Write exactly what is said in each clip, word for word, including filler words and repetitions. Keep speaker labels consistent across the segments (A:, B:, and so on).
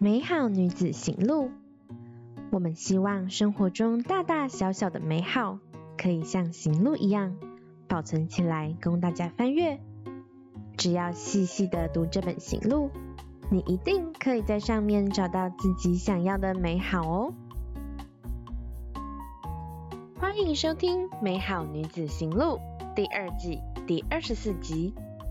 A: 美好女子行路，我们希望生活中大大小小的美好，可以像行路一样保存起来供大家翻阅。只要细细的读这本行路，你一定可以在上面找到自己想要的美好哦。欢迎收听《美好女子行路》第二季第二十四集。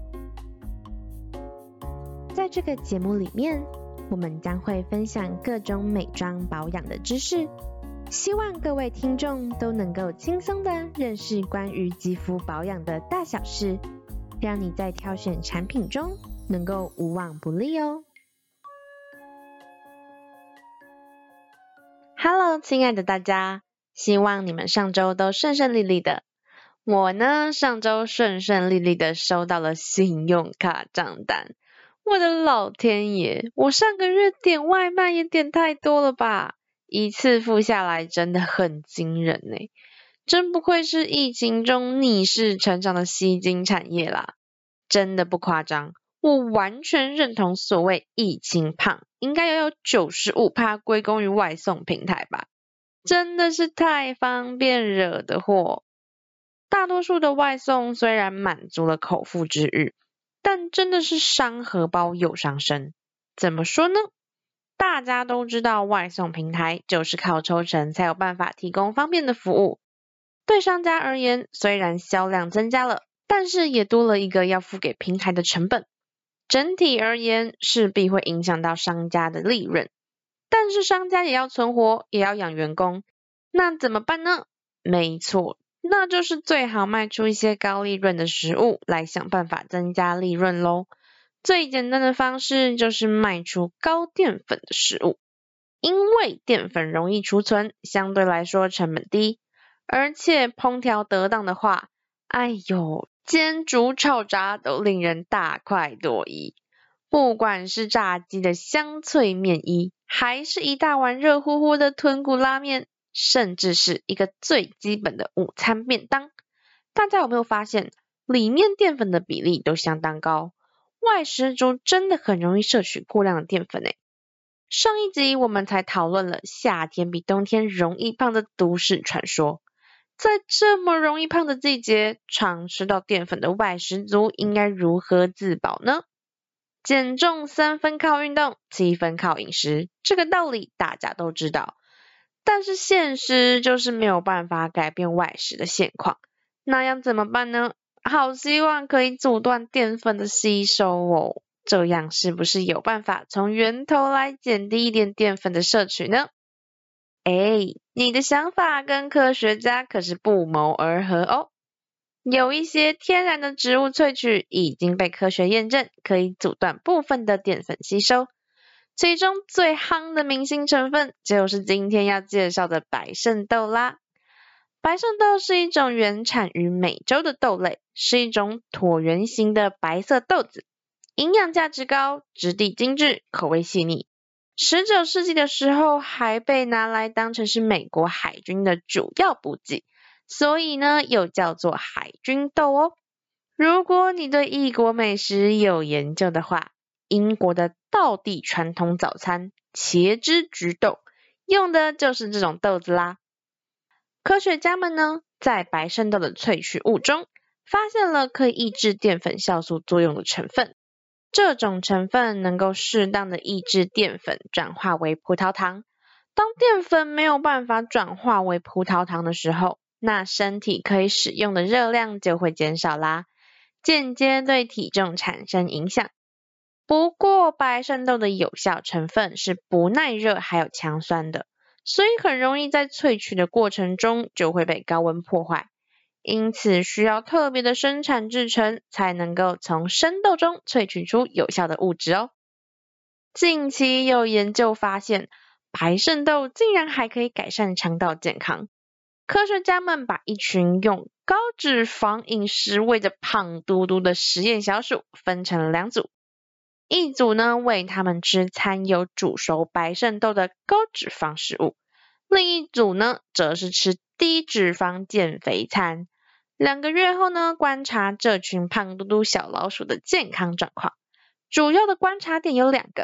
A: 在这个节目里面，我们将会分享各种美妆保养的知识，希望各位听众都能够轻松的认识关于肌肤保养的大小事，让你在挑选产品中能够无往不利哦。Hello， 亲爱的大家，希望你们上周都顺顺利利的。我呢，上周顺顺利利的收到了信用卡账单。我的老天爷，我上个月点外卖也点太多了吧，一次付下来真的很惊人耶，真不愧是疫情中逆势成长的吸金产业啦，真的不夸张，我完全认同所谓疫情胖，应该要有 百分之九十五 归功于外送平台吧，真的是太方便惹的祸。大多数的外送虽然满足了口腹之欲，但真的是伤荷包又伤身。怎么说呢？大家都知道外送平台就是靠抽成才有办法提供方便的服务。对商家而言，虽然销量增加了，但是也多了一个要付给平台的成本。整体而言，势必会影响到商家的利润。但是商家也要存活，也要养员工。那怎么办呢？没错，那就是最好卖出一些高利润的食物来想办法增加利润咯。最简单的方式就是卖出高淀粉的食物，因为淀粉容易储存，相对来说成本低，而且烹调得当的话，哎呦，煎煮炒炸都令人大快朵颐。不管是炸鸡的香脆面衣，还是一大碗热乎乎的豚骨拉面，甚至是一个最基本的午餐便当，大家有没有发现里面淀粉的比例都相当高？外食族真的很容易摄取过量的淀粉耶。上一集我们才讨论了夏天比冬天容易胖的都市传说，在这么容易胖的季节，常吃到淀粉的外食族应该如何自保呢？减重三分靠运动，七分靠饮食，这个道理大家都知道。但是现实就是没有办法改变外食的现况，那要怎么办呢？好希望可以阻断淀粉的吸收哦，这样是不是有办法从源头来减低一点淀粉的摄取呢？诶，你的想法跟科学家可是不谋而合哦。有一些天然的植物萃取已经被科学验证，可以阻断部分的淀粉吸收。其中最夯的明星成分就是今天要介绍的白肾豆啦。白肾豆是一种原产于美洲的豆类，是一种椭圆形的白色豆子，营养价值高，质地精致，口味细腻。十九世纪的时候还被拿来当成是美国海军的主要补给，所以呢又叫做海军豆哦。如果你对异国美食有研究的话，英国的道地传统早餐茄汁焗豆用的就是这种豆子啦。科学家们呢，在白肾豆的萃取物中发现了可以抑制淀粉酵素作用的成分，这种成分能够适当的抑制淀粉转化为葡萄糖。当淀粉没有办法转化为葡萄糖的时候，那身体可以使用的热量就会减少啦，间接对体重产生影响。不过白肾豆的有效成分是不耐热还有强酸的，所以很容易在萃取的过程中就会被高温破坏，因此需要特别的生产制成才能够从生豆中萃取出有效的物质哦。近期有研究发现，白肾豆竟然还可以改善肠道健康。科学家们把一群用高脂肪饮食喂着胖嘟嘟的实验小鼠分成了两组，一组呢喂他们吃掺有煮熟白肾豆的高脂肪食物，另一组呢则是吃低脂肪减肥餐。两个月后呢，观察这群胖嘟嘟小老鼠的健康状况，主要的观察点有两个。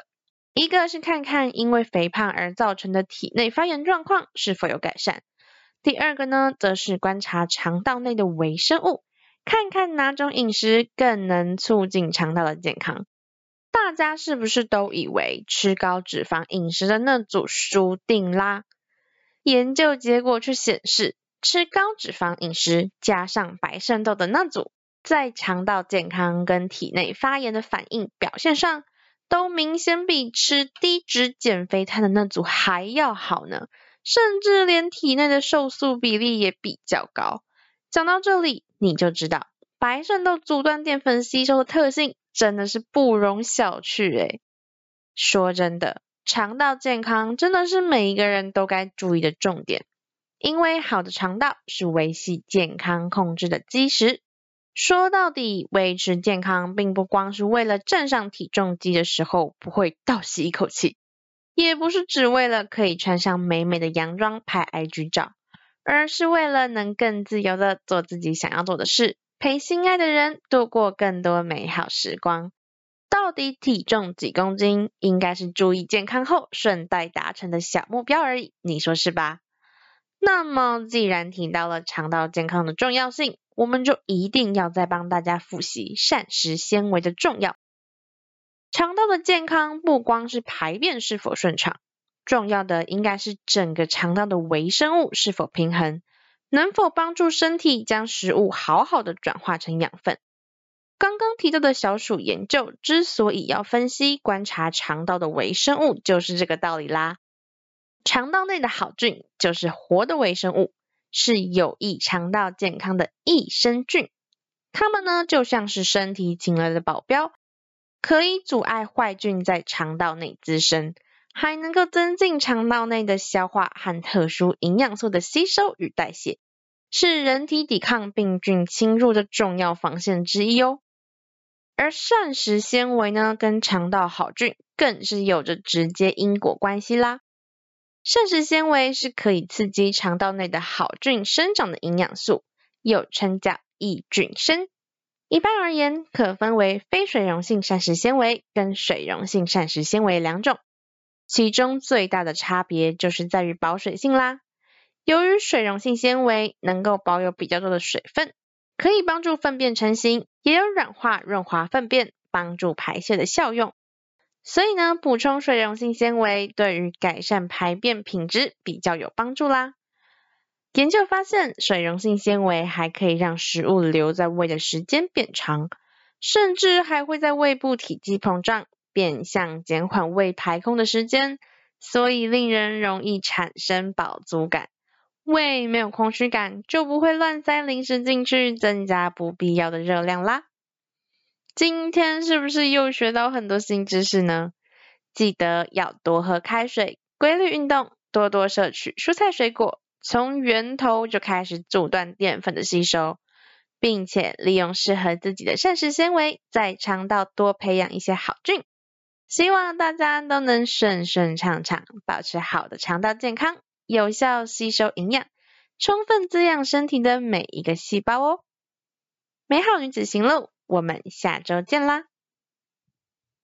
A: 一个是看看因为肥胖而造成的体内发炎状况是否有改善，第二个呢，则是观察肠道内的微生物，看看哪种饮食更能促进肠道的健康。大家是不是都以为吃高脂肪饮食的那组输定啦？研究结果却显示，吃高脂肪饮食加上白肾豆的那组，在肠道健康跟体内发炎的反应表现上，都明显比吃低脂减肥餐的那组还要好呢，甚至连体内的瘦素比例也比较高。讲到这里，你就知道白肾豆阻断淀粉吸收的特性真的是不容小觑诶。说真的，肠道健康真的是每一个人都该注意的重点，因为好的肠道是维系健康控制的基石。说到底，维持健康并不光是为了站上体重机的时候不会倒吸一口气，也不是只为了可以穿上美美的洋装拍 I G 照，而是为了能更自由的做自己想要做的事，陪心爱的人度过更多美好时光。到底体重几公斤，应该是注意健康后顺带达成的小目标而已，你说是吧？那么既然提到了肠道健康的重要性，我们就一定要再帮大家复习膳食纤维的重要。肠道的健康不光是排便是否顺畅，重要的应该是整个肠道的微生物是否平衡，能否帮助身体将食物好好的转化成养分。刚刚提到的小鼠研究之所以要分析观察肠道的微生物，就是这个道理啦。肠道内的好菌就是活的微生物，是有益肠道健康的益生菌。它们呢就像是身体请来的保镖，可以阻碍坏菌在肠道内滋生，还能够增进肠道内的消化和特殊营养素的吸收与代谢，是人体抵抗病菌侵入的重要防线之一哦。而膳食纤维呢，跟肠道好菌更是有着直接因果关系啦。膳食纤维是可以刺激肠道内的好菌生长的营养素，又称叫益菌生。一般而言，可分为非水溶性膳食纤维跟水溶性膳食纤维两种，其中最大的差别就是在于保水性啦。由于水溶性纤维能够保有比较多的水分，可以帮助粪便成型，也有软化润滑粪便，帮助排泄的效用。所以呢，补充水溶性纤维对于改善排便品质比较有帮助啦。研究发现，水溶性纤维还可以让食物留在胃的时间变长，甚至还会在胃部体积膨胀，变相减缓胃排空的时间，所以令人容易产生饱足感。胃没有空虚感，就不会乱塞零食进去，增加不必要的热量啦。今天是不是又学到很多新知识呢？记得要多喝开水，规律运动，多多摄取蔬菜水果，从源头就开始阻断淀粉的吸收，并且利用适合自己的膳食纤维，在肠道多培养一些好菌。希望大家都能顺顺畅畅，保持好的肠道健康，有效吸收营养，充分滋养身体的每一个细胞哦。美好女子行路，我们下周见啦！